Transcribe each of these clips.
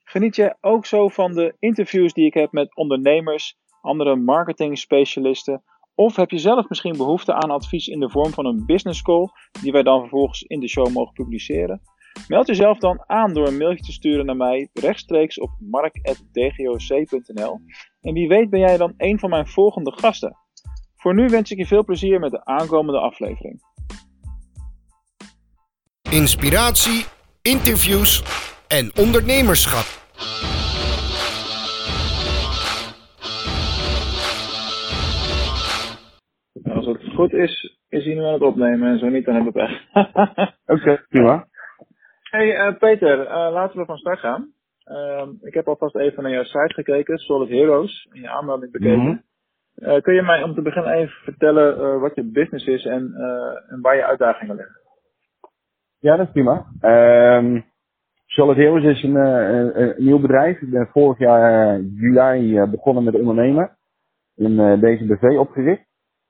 Geniet jij ook zo van de interviews die ik heb met ondernemers, andere marketing specialisten? Of heb je zelf misschien behoefte aan advies in de vorm van een business call, die wij dan vervolgens in de show mogen publiceren? Meld jezelf dan aan door een mailtje te sturen naar mij rechtstreeks op mark@dgoc.nl. En wie weet ben jij dan een van mijn volgende gasten. Voor nu wens ik je veel plezier met de aankomende aflevering. Inspiratie, interviews en ondernemerschap. Als het goed is, is hij nu aan het opnemen en zo niet, dan hebben we pech. Oké, prima. Hey Peter, laten we van start gaan. Ik heb alvast even naar jouw site gekeken, Solid Heroes, en je aanmelding bekeken. Kun je mij om te beginnen even vertellen wat je business is en waar je uitdagingen liggen? Ja, dat is prima. Solid Heroes is een nieuw bedrijf. Ik ben vorig jaar juli begonnen met ondernemen. In deze BV opgericht.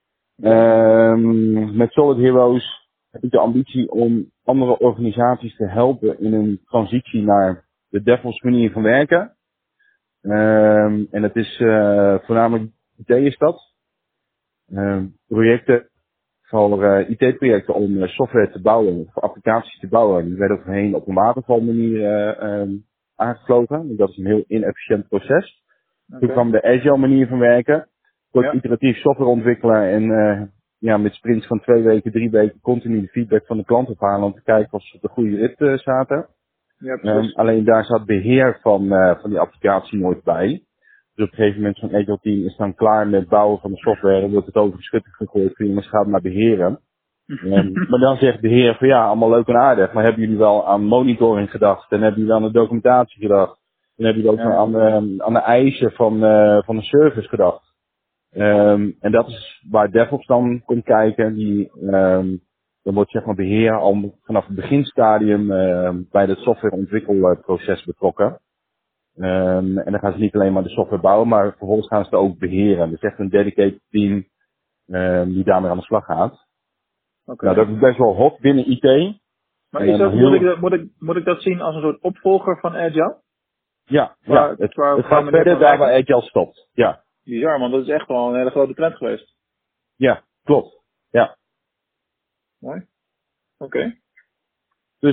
Met Solid Heroes heb ik de ambitie om andere organisaties te helpen in een transitie naar de DevOps manier van werken. En dat is voornamelijk IT-stad. Projecten voor IT-projecten om software te bouwen, voor applicaties te bouwen. Die werden voorheen op een watervalmanier aangevlogen. Dat is een heel inefficiënt proces. Okay. Toen kwam de Agile manier van werken. Kort iteratief software ontwikkelen en met sprints van 2 weken, 3 weken continu de feedback van de klant ophalen om te kijken of ze op de goede rit zaten. Ja, alleen daar zat beheer van die applicatie nooit bij. Dus op een gegeven moment zo'n Agile team is dan klaar met het bouwen van de software en wordt het over de schutting gegooid, maar ze gaat maar beheren. Maar dan zegt de heer van ja, allemaal leuk en aardig, maar hebben jullie wel aan monitoring gedacht en hebben jullie wel aan de documentatie gedacht en hebben jullie ook aan de eisen van de service gedacht. En dat is waar DevOps dan komt kijken. Dan wordt zeg maar beheer al vanaf het beginstadium bij het softwareontwikkelproces betrokken. En dan gaan ze niet alleen maar de software bouwen, maar vervolgens gaan ze het ook beheren. Dus echt een dedicated team die daarmee aan de slag gaat. Okay. Nou, dat is best wel hot binnen IT. Maar is dat, moet ik dat zien als een soort opvolger van Agile? Ja, het gaat verder daar waar Agile stopt. Ja. Bizar, man, dat is echt wel een hele grote trend geweest. Ja, klopt. Ja. Mooi. Oké. Dus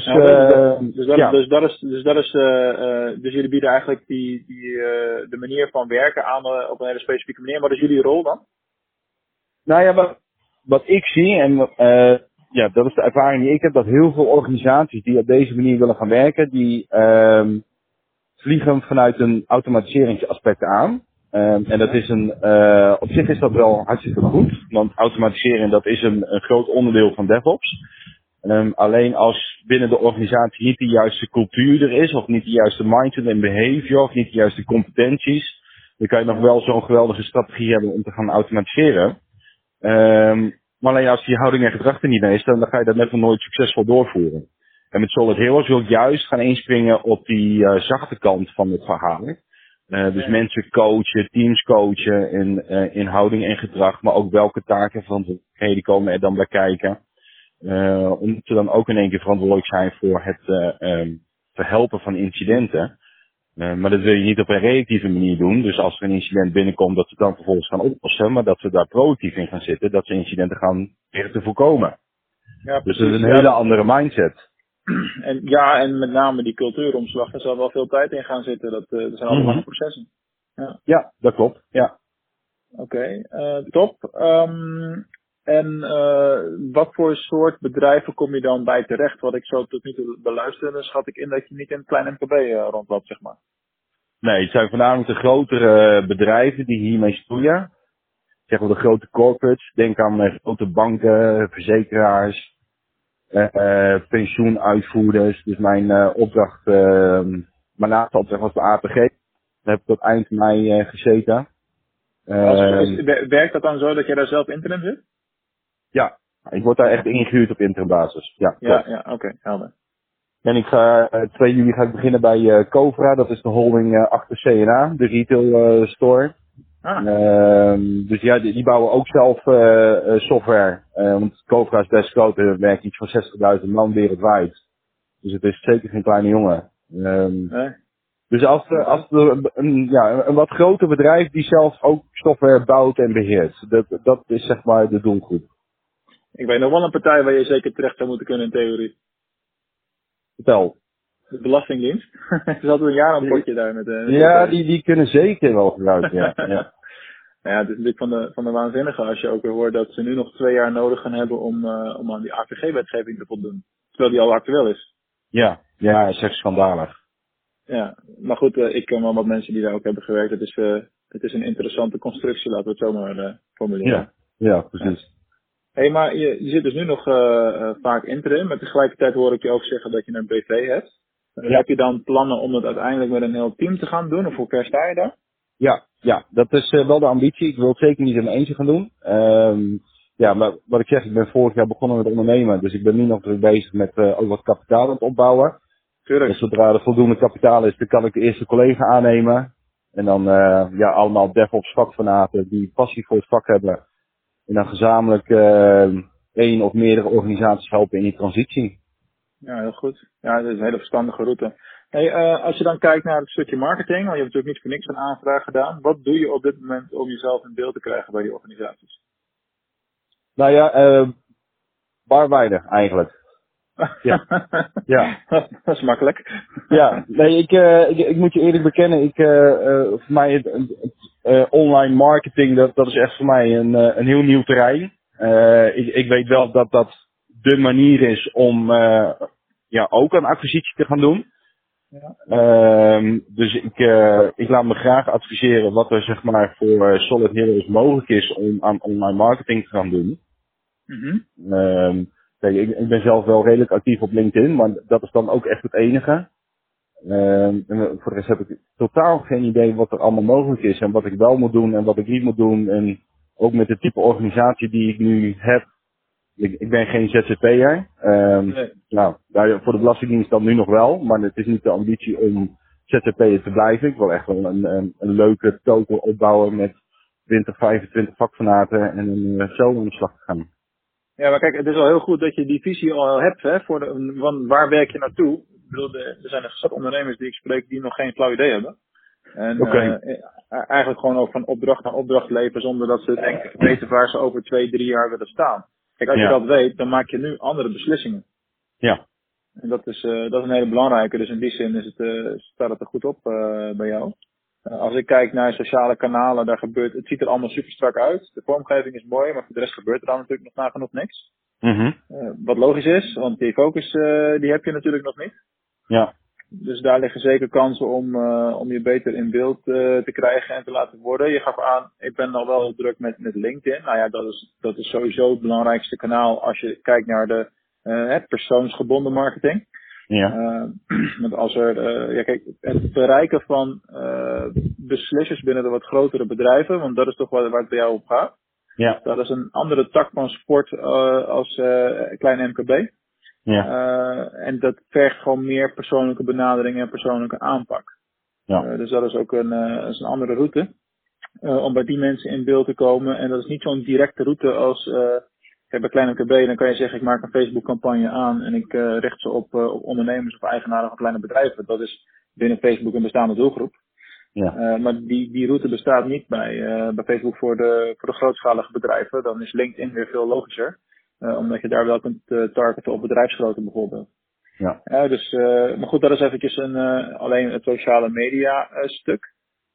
jullie bieden eigenlijk de manier van werken aan op een hele specifieke manier. Wat is jullie rol dan? Nou ja, wat ik zie, en dat is de ervaring die ik heb, dat heel veel organisaties die op deze manier willen gaan werken, die vliegen vanuit een automatiseringsaspect aan. En dat is op zich is dat wel hartstikke goed, want automatiseren dat is een groot onderdeel van DevOps. Alleen als binnen de organisatie niet de juiste cultuur er is, of niet de juiste mindset en behavior, of niet de juiste competenties, dan kan je nog wel zo'n geweldige strategie hebben om te gaan automatiseren. Maar alleen als die houding en gedrag er niet is, dan ga je dat net nog nooit succesvol doorvoeren. En met Solid Heroes wil ik juist gaan inspringen op die zachte kant van het verhaal. Dus mensen coachen, teams coachen in houding en gedrag, maar ook welke taken en verantwoordelijkheden komen er dan bij kijken. Omdat ze dan ook in één keer verantwoordelijk zijn voor het verhelpen van incidenten. Maar dat wil je niet op een reactieve manier doen. Dus als er een incident binnenkomt, dat ze dan vervolgens gaan oplossen, maar dat ze daar proactief in gaan zitten, dat ze incidenten gaan proberen te voorkomen. Ja, dus dat is een hele andere mindset. En met name die cultuuromslag, daar zal wel veel tijd in gaan zitten. Dat zijn allemaal lange processen. Ja, dat klopt. Ja. Oké, top. En wat voor soort bedrijven kom je dan bij terecht? Wat ik zo tot nu toe beluister, dan schat ik in dat je niet in een klein MKB rondloopt, zeg maar. Nee, het zijn voornamelijk de grotere bedrijven die hiermee stoeien. Zeg maar de grote corporates. Denk aan grote banken, verzekeraars, pensioenuitvoerders. Dus mijn opdracht, mijn laatste opdracht was bij APG. Daar heb ik tot eind mei gezeten. Werkt dat dan zo dat jij daar zelf interim zit? Ja, ik word daar echt ingehuurd op interim basis. Ja, oké, helder. En ik ga 2 juli ga ik beginnen bij Covra, dat is de holding achter CNA, de retail store. Dus ja, die bouwen ook zelf software. Want Covra is best groot, er werkt iets van 60.000 man wereldwijd. Dus het is zeker geen kleine jongen. Dus als er een wat groter bedrijf die zelf ook software bouwt en beheert. Dat is zeg maar de doelgroep. Ik weet nog wel een partij waar je zeker terecht zou moeten kunnen in theorie. Vertel. De Belastingdienst. Er is altijd een jaarrapportje daar met ja, die kunnen zeker wel gebruiken. Ja. Ja. Ja, het is natuurlijk van de waanzinnige als je ook weer hoort dat ze nu nog 2 jaar nodig gaan hebben om aan die AVG-wetgeving te voldoen. Terwijl die al actueel is. Ja, is echt schandalig. Ja, maar goed, ik ken wel wat mensen die daar ook hebben gewerkt. Het is een interessante constructie, laten we het zo maar formuleren. Ja, precies. Hé, maar je zit dus nu nog vaak interim, maar tegelijkertijd hoor ik je ook zeggen dat je een BV hebt. Heb je dan plannen om het uiteindelijk met een heel team te gaan doen, of hoe ver sta je daar? Ja, dat is wel de ambitie. Ik wil het zeker niet in mijn eentje gaan doen. Maar wat ik zeg, ik ben vorig jaar begonnen met ondernemen, dus ik ben nu nog druk bezig met ook wat kapitaal aan het opbouwen. Tuurlijk. Dus zodra er voldoende kapitaal is, dan kan ik de eerste collega aannemen. En dan allemaal DevOps vakfanaten die passie voor het vak hebben. En dan gezamenlijk 1 of meerdere organisaties helpen in die transitie. Ja, heel goed. Ja, dat is een hele verstandige route. Hey, als je dan kijkt naar het stukje marketing, want je hebt natuurlijk niet voor niks een aanvraag gedaan. Wat doe je op dit moment om jezelf in beeld te krijgen bij die organisaties? Nou ja, barwijder eigenlijk. Ja. Dat is makkelijk. Ja, nee, ik moet je eerlijk bekennen, voor mij het online marketing, dat is echt voor mij een heel nieuw terrein. Ik weet wel dat dat de manier is om ook een acquisitie te gaan doen. Ja. Dus ik laat me graag adviseren wat er zeg maar voor Solid Heroes mogelijk is om aan online marketing te gaan doen. Mm-hmm. Kijk, ik ben zelf wel redelijk actief op LinkedIn, maar dat is dan ook echt het enige. En voor de rest heb ik totaal geen idee wat er allemaal mogelijk is en wat ik wel moet doen en wat ik niet moet doen. En ook met het type organisatie die ik nu heb. Ik ben geen ZZP'er. Nee. Nou, voor de Belastingdienst dan nu nog wel, maar het is niet de ambitie om ZZP'er te blijven. Ik wil echt wel een leuke token opbouwen met 20, 25 vakfanaten en zo aan de slag te gaan. Ja, maar kijk, het is al heel goed dat je die visie al hebt, hè, van waar werk je naartoe? Ik bedoel, er zijn een zat ondernemers die ik spreek die nog geen flauw idee hebben. En eigenlijk gewoon ook van opdracht naar opdracht leven zonder dat ze weten waar ze over 2, 3 jaar willen staan. Kijk, als je dat weet, dan maak je nu andere beslissingen. Ja. En dat is een hele belangrijke, dus in die zin staat het er goed op bij jou. Als ik kijk naar sociale kanalen, het ziet er allemaal super strak uit. De vormgeving is mooi, maar voor de rest gebeurt er dan natuurlijk nog nagenoeg niks. Mm-hmm. Wat logisch is, want die focus die heb je natuurlijk nog niet. Ja. Dus daar liggen zeker kansen om je beter in beeld te krijgen en te laten worden. Je gaf aan, ik ben nog wel heel druk met LinkedIn. Nou ja, dat is sowieso het belangrijkste kanaal als je kijkt naar de persoonsgebonden marketing. Ja. Want als kijk, het bereiken van beslissers binnen de wat grotere bedrijven, want dat is toch waar het bij jou op gaat. Ja. Dat is een andere tak van sport als klein MKB. Ja. En dat vergt gewoon meer persoonlijke benadering en persoonlijke aanpak. Ja. Dus dat is ook een andere route om bij die mensen in beeld te komen. En dat is niet zo'n directe route als bij klein MKB. Dan kan je zeggen, ik maak een Facebook campagne aan en ik richt ze op ondernemers of eigenaren van kleine bedrijven. Dat is binnen Facebook een bestaande doelgroep. Ja. Maar die route bestaat niet bij Facebook voor de grootschalige bedrijven. Dan is LinkedIn weer veel logischer. Omdat je daar wel kunt targeten op bedrijfsgrootte bijvoorbeeld. Ja. Maar goed, dat is eventjes alleen het sociale media stuk.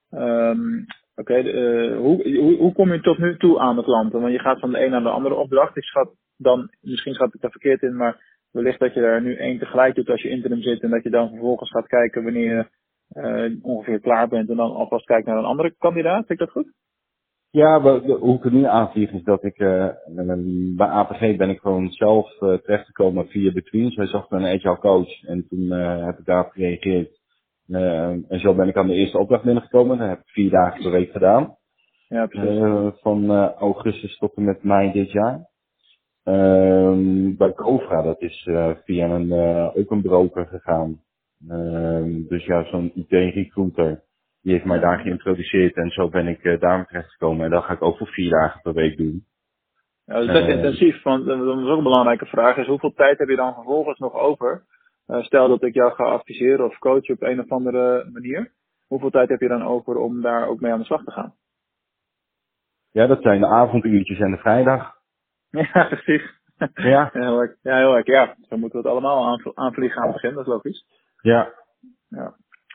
Hoe kom je tot nu toe aan de klanten? Want je gaat van de een naar de andere opdracht. Misschien schat ik daar verkeerd in, maar wellicht dat je er nu 1 tegelijk doet als je interim zit. En dat je dan vervolgens gaat kijken wanneer je ongeveer klaar bent. En dan alvast kijkt naar een andere kandidaat. Vind ik dat goed? Ja, hoe ik het nu aanvlieg is dat ik bij APG ben ik gewoon zelf terechtgekomen via Between. Zij zocht een agile coach en toen heb ik daarop gereageerd. En zo ben ik aan de eerste opdracht binnengekomen. Dat heb ik 4 dagen per week gedaan. Ja, precies. Van augustus tot en met mei dit jaar. Bij Covra, dat is via ook een broker gegaan. Dus ja, zo'n IT-recruiter. Die heeft mij daar geïntroduceerd en zo ben ik daar terechtgekomen. En dat ga ik ook voor 4 dagen per week doen. Ja, dat is best intensief, want dat is ook een belangrijke vraag. Is hoeveel tijd heb je dan vervolgens nog over Stel dat ik jou ga adviseren of coachen op een of andere manier. Hoeveel tijd heb je dan over om daar ook mee aan de slag te gaan? Ja, dat zijn de avonduurtjes en de vrijdag. Ja, precies. Ja. Heel erg. Ja, zo moeten we het allemaal aanvliegen aan het begin, dat is logisch. Ja. Ja.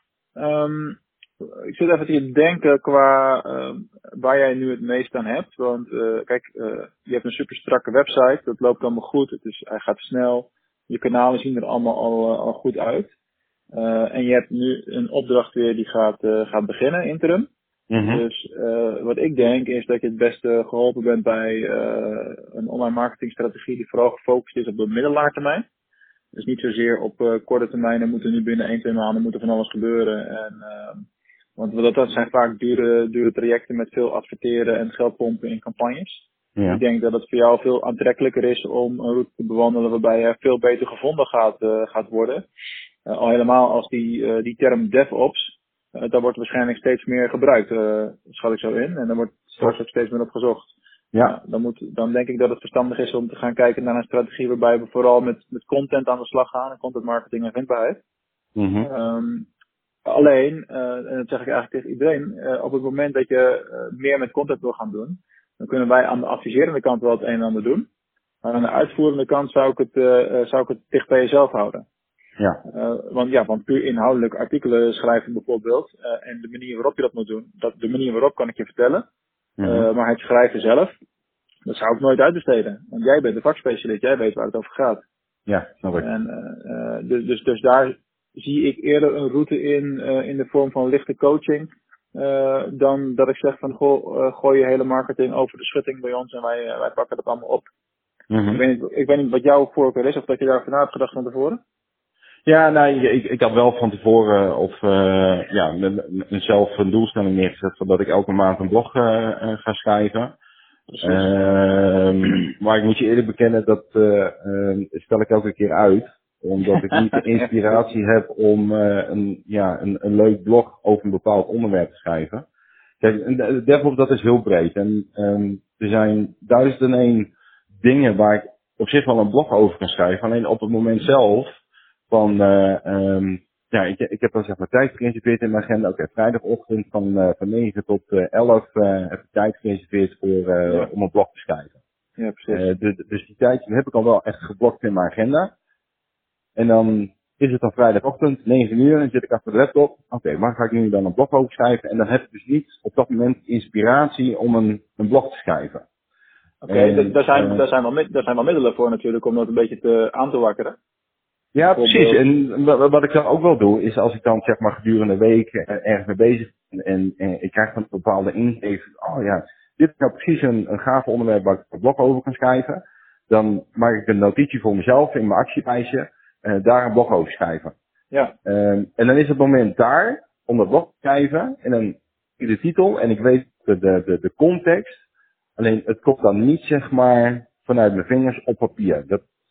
Ik zit even te denken qua waar jij nu het meest aan hebt. Want kijk, je hebt een super strakke website. Dat loopt allemaal goed. Hij gaat snel. Je kanalen zien er allemaal al goed uit. En je hebt nu een opdracht weer die gaat beginnen, interim. Mhm. Dus wat ik denk is dat je het beste geholpen bent bij een online marketingstrategie die vooral gefocust is op de middellange termijn. Dus niet zozeer op korte termijn, er moeten nu binnen 1-2 maanden moet er van alles gebeuren. Want dat zijn vaak dure trajecten met veel adverteren en geld pompen in campagnes. Ja. Ik denk dat het voor jou veel aantrekkelijker is om een route te bewandelen waarbij je veel beter gevonden gaat worden. Al helemaal als die term DevOps, daar wordt waarschijnlijk steeds meer gebruikt, schat ik zo in. En daar wordt straks ook steeds meer op gezocht. Ja. Dan denk ik dat het verstandig is om te gaan kijken naar een strategie waarbij we vooral met content aan de slag gaan. En content marketing en vindbaarheid. Mhm. Alleen, en dat zeg ik eigenlijk tegen iedereen, op het moment dat je meer met content wil gaan doen, dan kunnen wij aan de adviserende kant wel het een en ander doen. Maar aan de uitvoerende kant zou ik het dicht bij jezelf houden. Ja. Want puur inhoudelijk artikelen schrijven bijvoorbeeld, en de manier waarop je dat moet doen, de manier waarop kan ik je vertellen. Mhm. Maar het schrijven zelf, dat zou ik nooit uitbesteden. Want jij bent de vakspecialist, jij weet waar het over gaat. Ja, snap ik. En, dus daar zie ik eerder een route in de vorm van lichte coaching. Dan dat ik zeg van gooi je hele marketing over de schutting bij ons en wij pakken dat allemaal op. Mhm. Ik weet niet wat jouw voorkeur is of dat je daarover na hebt gedacht van tevoren. Ja, nou, ik had wel van tevoren zelf een doelstelling neergezet van dat ik elke maand een blog ga schrijven. Maar ik moet je eerlijk bekennen, dat stel ik elke keer uit. Omdat ik niet de inspiratie heb om een leuk blog over een bepaald onderwerp te schrijven. Kijk, DevOps dat is heel breed. En er zijn 1001 dingen waar ik op zich wel een blog over kan schrijven. Alleen op het moment zelf van, ik heb dan zeg maar tijd gereserveerd in mijn agenda. Oké, vrijdagochtend van 9 tot 11 heb ik tijd gereserveerd om een blog te schrijven. Ja, precies. Dus die tijd heb ik al wel echt geblokt in mijn agenda. En dan is het dan vrijdagochtend, 9 uur, en dan zit ik achter de laptop. Oké, waar ga ik nu dan een blog over schrijven? En dan heb ik dus niet op dat moment inspiratie om een blog te schrijven. Oké, daar zijn wel middelen voor natuurlijk om dat een beetje aan te wakkeren. Ja, precies. En wat ik dan ook wel doe, is als ik dan zeg maar gedurende de week ergens mee bezig ben en ik krijg dan een bepaalde ingeving. Oh ja, dit is nou precies een gaaf onderwerp waar ik een blog over kan schrijven. Dan maak ik een notitie voor mezelf in mijn actielijstje, daar een blog over schrijven. Ja. En dan is het moment daar om dat blog te schrijven en dan de titel en ik weet de context. Alleen het komt dan niet zeg maar vanuit mijn vingers op papier.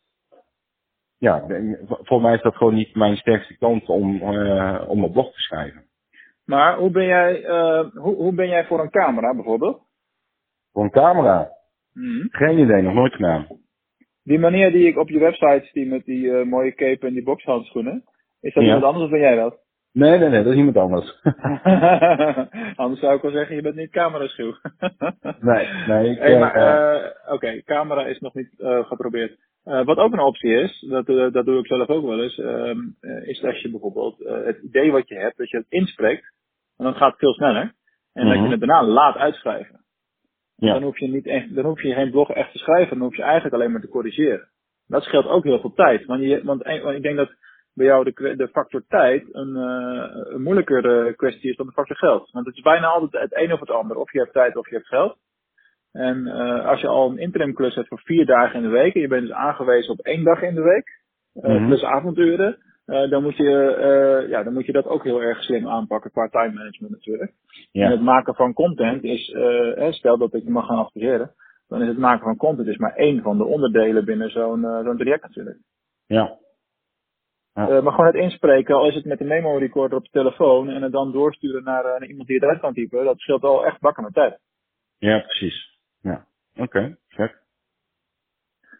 Volgens mij is dat gewoon niet mijn sterkste kant om een blog te schrijven. Maar hoe ben jij voor een camera bijvoorbeeld? Voor een camera? Mm-hmm. Geen idee, nog nooit gedaan. Die manier die ik op je website zie met die mooie cape en die bokshandschoenen, is dat iemand anders of ben jij dat? Nee, dat is iemand anders. Anders zou ik wel zeggen, je bent niet cameraschuw. nee. Oké, camera is nog niet geprobeerd. Wat ook een optie is, dat doe ik zelf ook wel eens, is als je bijvoorbeeld het idee wat je hebt, dat je het inspreekt, en dan gaat het veel sneller, en dat je het daarna laat uitschrijven. Ja. Dan hoef je geen blog echt te schrijven, dan hoef je eigenlijk alleen maar te corrigeren. Dat scheelt ook heel veel tijd, want ik denk dat bij jou de factor tijd een moeilijkere kwestie is dan de factor geld. Want het is bijna altijd het een of het ander. Of je hebt tijd of je hebt geld. En als je al een interim klus hebt voor 4 dagen in de week en je bent dus aangewezen op 1 dag in de week, plus avonduren, dan moet je dat ook heel erg slim aanpakken qua time management natuurlijk. Ja. En het maken van content is, stel dat ik je mag gaan adviseren, dan is het maken van content is maar 1 van de onderdelen binnen zo'n traject natuurlijk. Ja. Maar gewoon het inspreken, al is het met een memo recorder op de telefoon en het dan doorsturen naar iemand die het uit kan typen, dat scheelt al echt bakken met tijd. Ja, precies. Ja. Oké, check.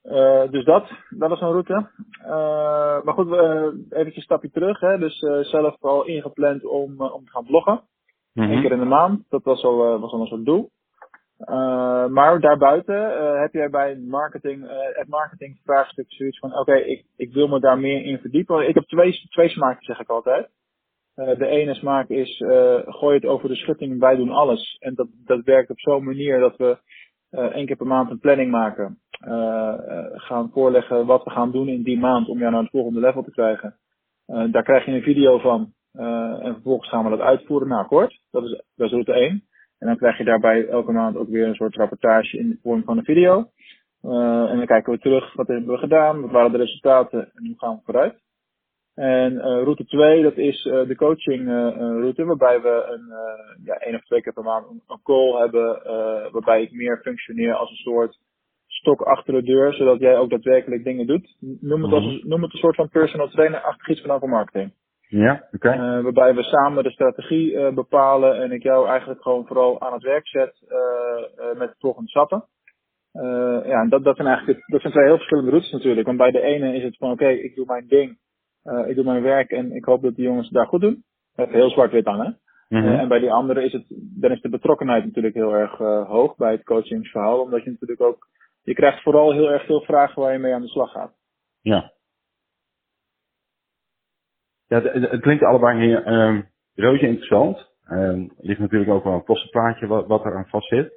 Dus dat is een route. Maar goed, eventjes een stapje terug. Hè. Dus zelf al ingepland om te gaan bloggen. Mhm. 1 keer in de maand. Dat was al een soort doel. Maar daarbuiten heb jij bij het marketing vraagstuk zoiets van, oké, ik wil me daar meer in verdiepen. Ik heb twee smaken, zeg ik altijd. De ene smaak is, gooi het over de schutting, wij doen alles. En dat werkt op zo'n manier dat we 1 keer per maand een planning maken. Gaan voorleggen wat we gaan doen in die maand om jou naar het volgende level te krijgen. Daar krijg je een video van. En vervolgens gaan we dat uitvoeren naar akkoord. Dat is route 1. En dan krijg je daarbij elke maand ook weer een soort rapportage in de vorm van een video. En dan kijken we terug, wat hebben we gedaan, wat waren de resultaten en hoe gaan we vooruit. En route 2, dat is de coaching route, waarbij we 1 of 2 keer per maand een call hebben, waarbij ik meer functioneer als een soort stok achter de deur, zodat jij ook daadwerkelijk dingen doet. Noem het een soort van personal trainer-achtig iets vanaf marketing. Ja, oké. Waarbij we samen de strategie bepalen en ik jou eigenlijk gewoon vooral aan het werk zet met de volgende stappen. En dat zijn 2 heel verschillende routes natuurlijk. Want bij de ene is het van oké, ik doe mijn ding, ik doe mijn werk en ik hoop dat de jongens het daar goed doen. Even heel zwart-wit aan, hè. En bij die andere is de betrokkenheid natuurlijk heel erg hoog bij het coachingsverhaal. Omdat je natuurlijk ook, je krijgt vooral heel erg veel vragen waar je mee aan de slag gaat. Ja. Ja, het klinkt allebei reuze interessant. Er ligt natuurlijk ook wel een kostenplaatje wat er aan vast zit.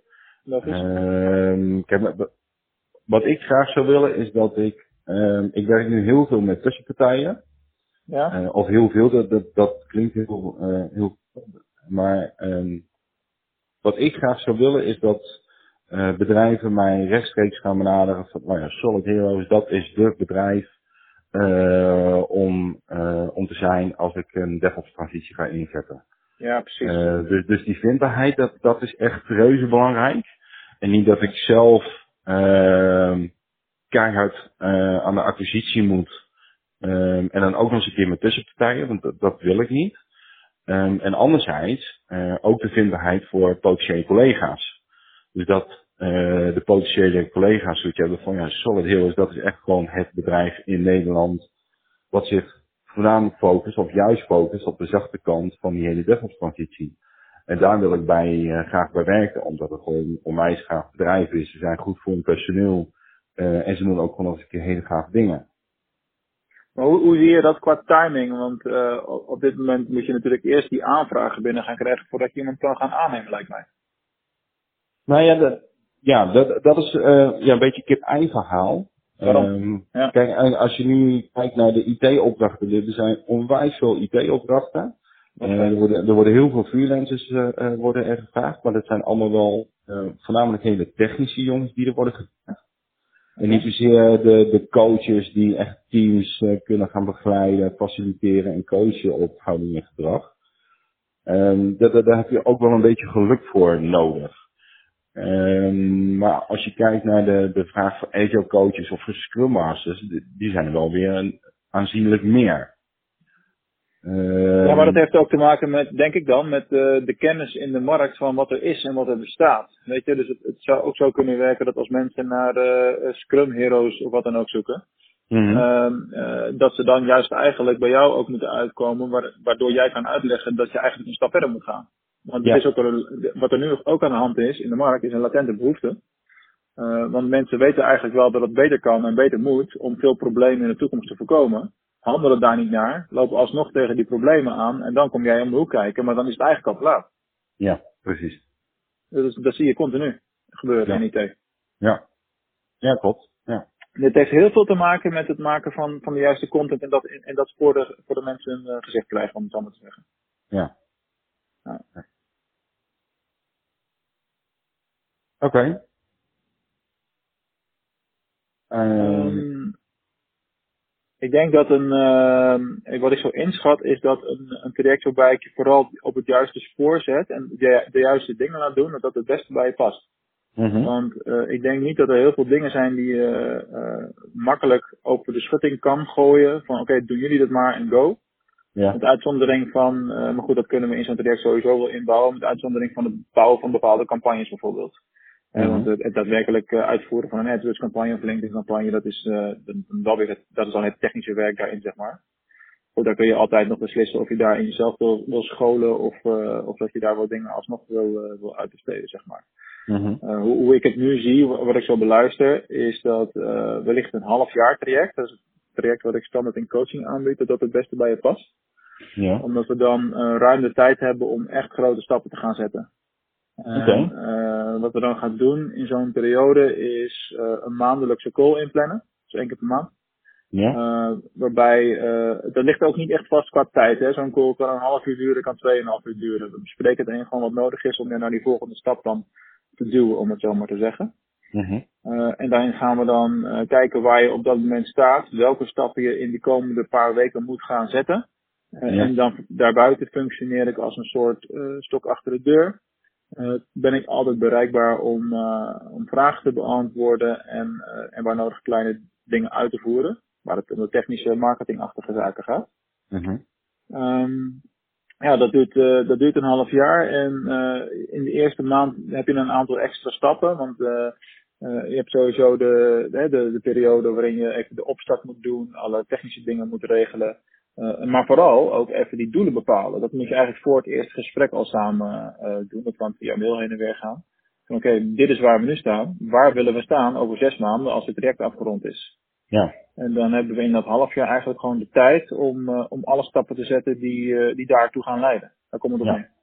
Kijk, wat ik graag zou willen is dat ik werk nu heel veel met tussenpartijen. Ja? Of heel veel, dat klinkt heel maar wat ik graag zou willen is dat bedrijven mij rechtstreeks gaan benaderen van, Solid Heroes, dat is het bedrijf om te zijn als ik een DevOps transitie ga inzetten. Ja, precies. Dus die vindbaarheid, dat is echt reuze belangrijk. En niet dat ik zelf keihard aan de acquisitie moet. En dan ook nog eens een keer met tussenpartijen, want dat wil ik niet. En anderzijds ook de vindbaarheid voor potentiële collega's. Dus dat de potentiële collega's zoiets hebben van Solid Heroes, dat is echt gewoon het bedrijf in Nederland wat zich voornamelijk focust, of juist focust op de zachte kant van die hele DevOps transitie. En daar wil ik graag bij werken, omdat het gewoon een onwijs gaaf bedrijf is. Ze zijn goed voor hun personeel en ze doen ook gewoon nog eens een keer hele gave dingen. Maar hoe zie je dat qua timing? Want op dit moment moet je natuurlijk eerst die aanvragen binnen gaan krijgen voordat je iemand kan gaan aannemen, lijkt mij. Nou ja, dat is een beetje kip-ei verhaal. Waarom? Kijk, als je nu kijkt naar de IT-opdrachten, er zijn onwijs veel IT-opdrachten. Er worden heel veel freelancers worden er gevraagd, maar dat zijn allemaal wel voornamelijk hele technische jongens die er worden gevraagd. En niet zozeer de coaches die echt teams kunnen gaan begeleiden, faciliteren en coachen op houding en gedrag. Daar heb je ook wel een beetje geluk voor nodig. Maar als je kijkt naar de vraag voor agile coaches of voor scrum masters, die zijn er wel weer aanzienlijk meer. Ja, maar dat heeft ook te maken met, denk ik dan, met de kennis in de markt van wat er is en wat er bestaat. Weet je, dus het zou ook zo kunnen werken dat als mensen naar Scrum Heroes of wat dan ook zoeken, dat ze dan juist eigenlijk bij jou ook moeten uitkomen, waardoor jij kan uitleggen dat je eigenlijk een stap verder moet gaan. Want het is ook wat er nu ook aan de hand is in de markt, is een latente behoefte. Want mensen weten eigenlijk wel dat het beter kan en beter moet om veel problemen in de toekomst te voorkomen. Handelen daar niet naar, lopen alsnog tegen die problemen aan en dan kom jij om de hoek kijken, maar dan is het eigenlijk al te laat. Ja, precies. Dus dat zie je continu gebeuren in IT. Ja, klopt. Ja. Dit heeft heel veel te maken met het maken van de juiste content en dat voor de mensen een gezicht krijgen, om het zo maar te zeggen. Ja. Ja. Oké. Ik denk dat wat ik zo inschat, is dat een traject waarbij ik je vooral op het juiste spoor zet en de juiste dingen laat doen, dat het beste bij je past. Want ik denk niet dat er heel veel dingen zijn die je makkelijk over de schutting kan gooien. Van oké, doen jullie dat maar en go. Ja. Met uitzondering van, maar goed, dat kunnen we in zo'n traject sowieso wel inbouwen. Met uitzondering van het bouwen van bepaalde campagnes bijvoorbeeld. Want het daadwerkelijk uitvoeren van een AdWords campagne of LinkedIn campagne, dat is al het technische werk daarin, zeg maar. Goed, daar kun je altijd nog beslissen of je daar in jezelf wil scholen of dat je daar wat dingen alsnog wil uitbesteden, zeg maar. Hoe ik het nu zie, wat ik zo beluister, is dat wellicht een half jaar traject, dat is het traject wat ik standaard in coaching aanbied, dat het beste bij je past. Ja. Omdat we dan ruim de tijd hebben om echt grote stappen te gaan zetten. Wat we dan gaan doen in zo'n periode is een maandelijkse call inplannen. Dus 1 keer per maand. Ja. Waarbij, dat ligt ook niet echt vast qua tijd. Hè. Zo'n call kan een half uur duren, kan 2,5 uur duren. We bespreken het gewoon wat nodig is om naar die volgende stap dan te duwen, om het zo maar te zeggen. En daarin gaan we dan kijken waar je op dat moment staat. Welke stappen je in de komende paar weken moet gaan zetten. En dan daarbuiten functioneer ik als een soort stok achter de deur. Ben ik altijd bereikbaar om vragen te beantwoorden en waar nodig kleine dingen uit te voeren. Waar het om de technische marketingachtige zaken gaat. Dat duurt een half jaar. En in de eerste maand heb je een aantal extra stappen. Want je hebt sowieso de periode waarin je even de opstart moet doen. Alle technische dingen moet regelen. Maar vooral ook even die doelen bepalen. Dat moet je eigenlijk voor het eerste gesprek al samen doen. Dat kan via mail heen en weer gaan. Oké, dit is waar we nu staan. Waar willen we staan over 6 maanden als het traject afgerond is? Ja. En dan hebben we in dat half jaar eigenlijk gewoon de tijd om alle stappen te zetten die daartoe gaan leiden. Daar komt het op mee.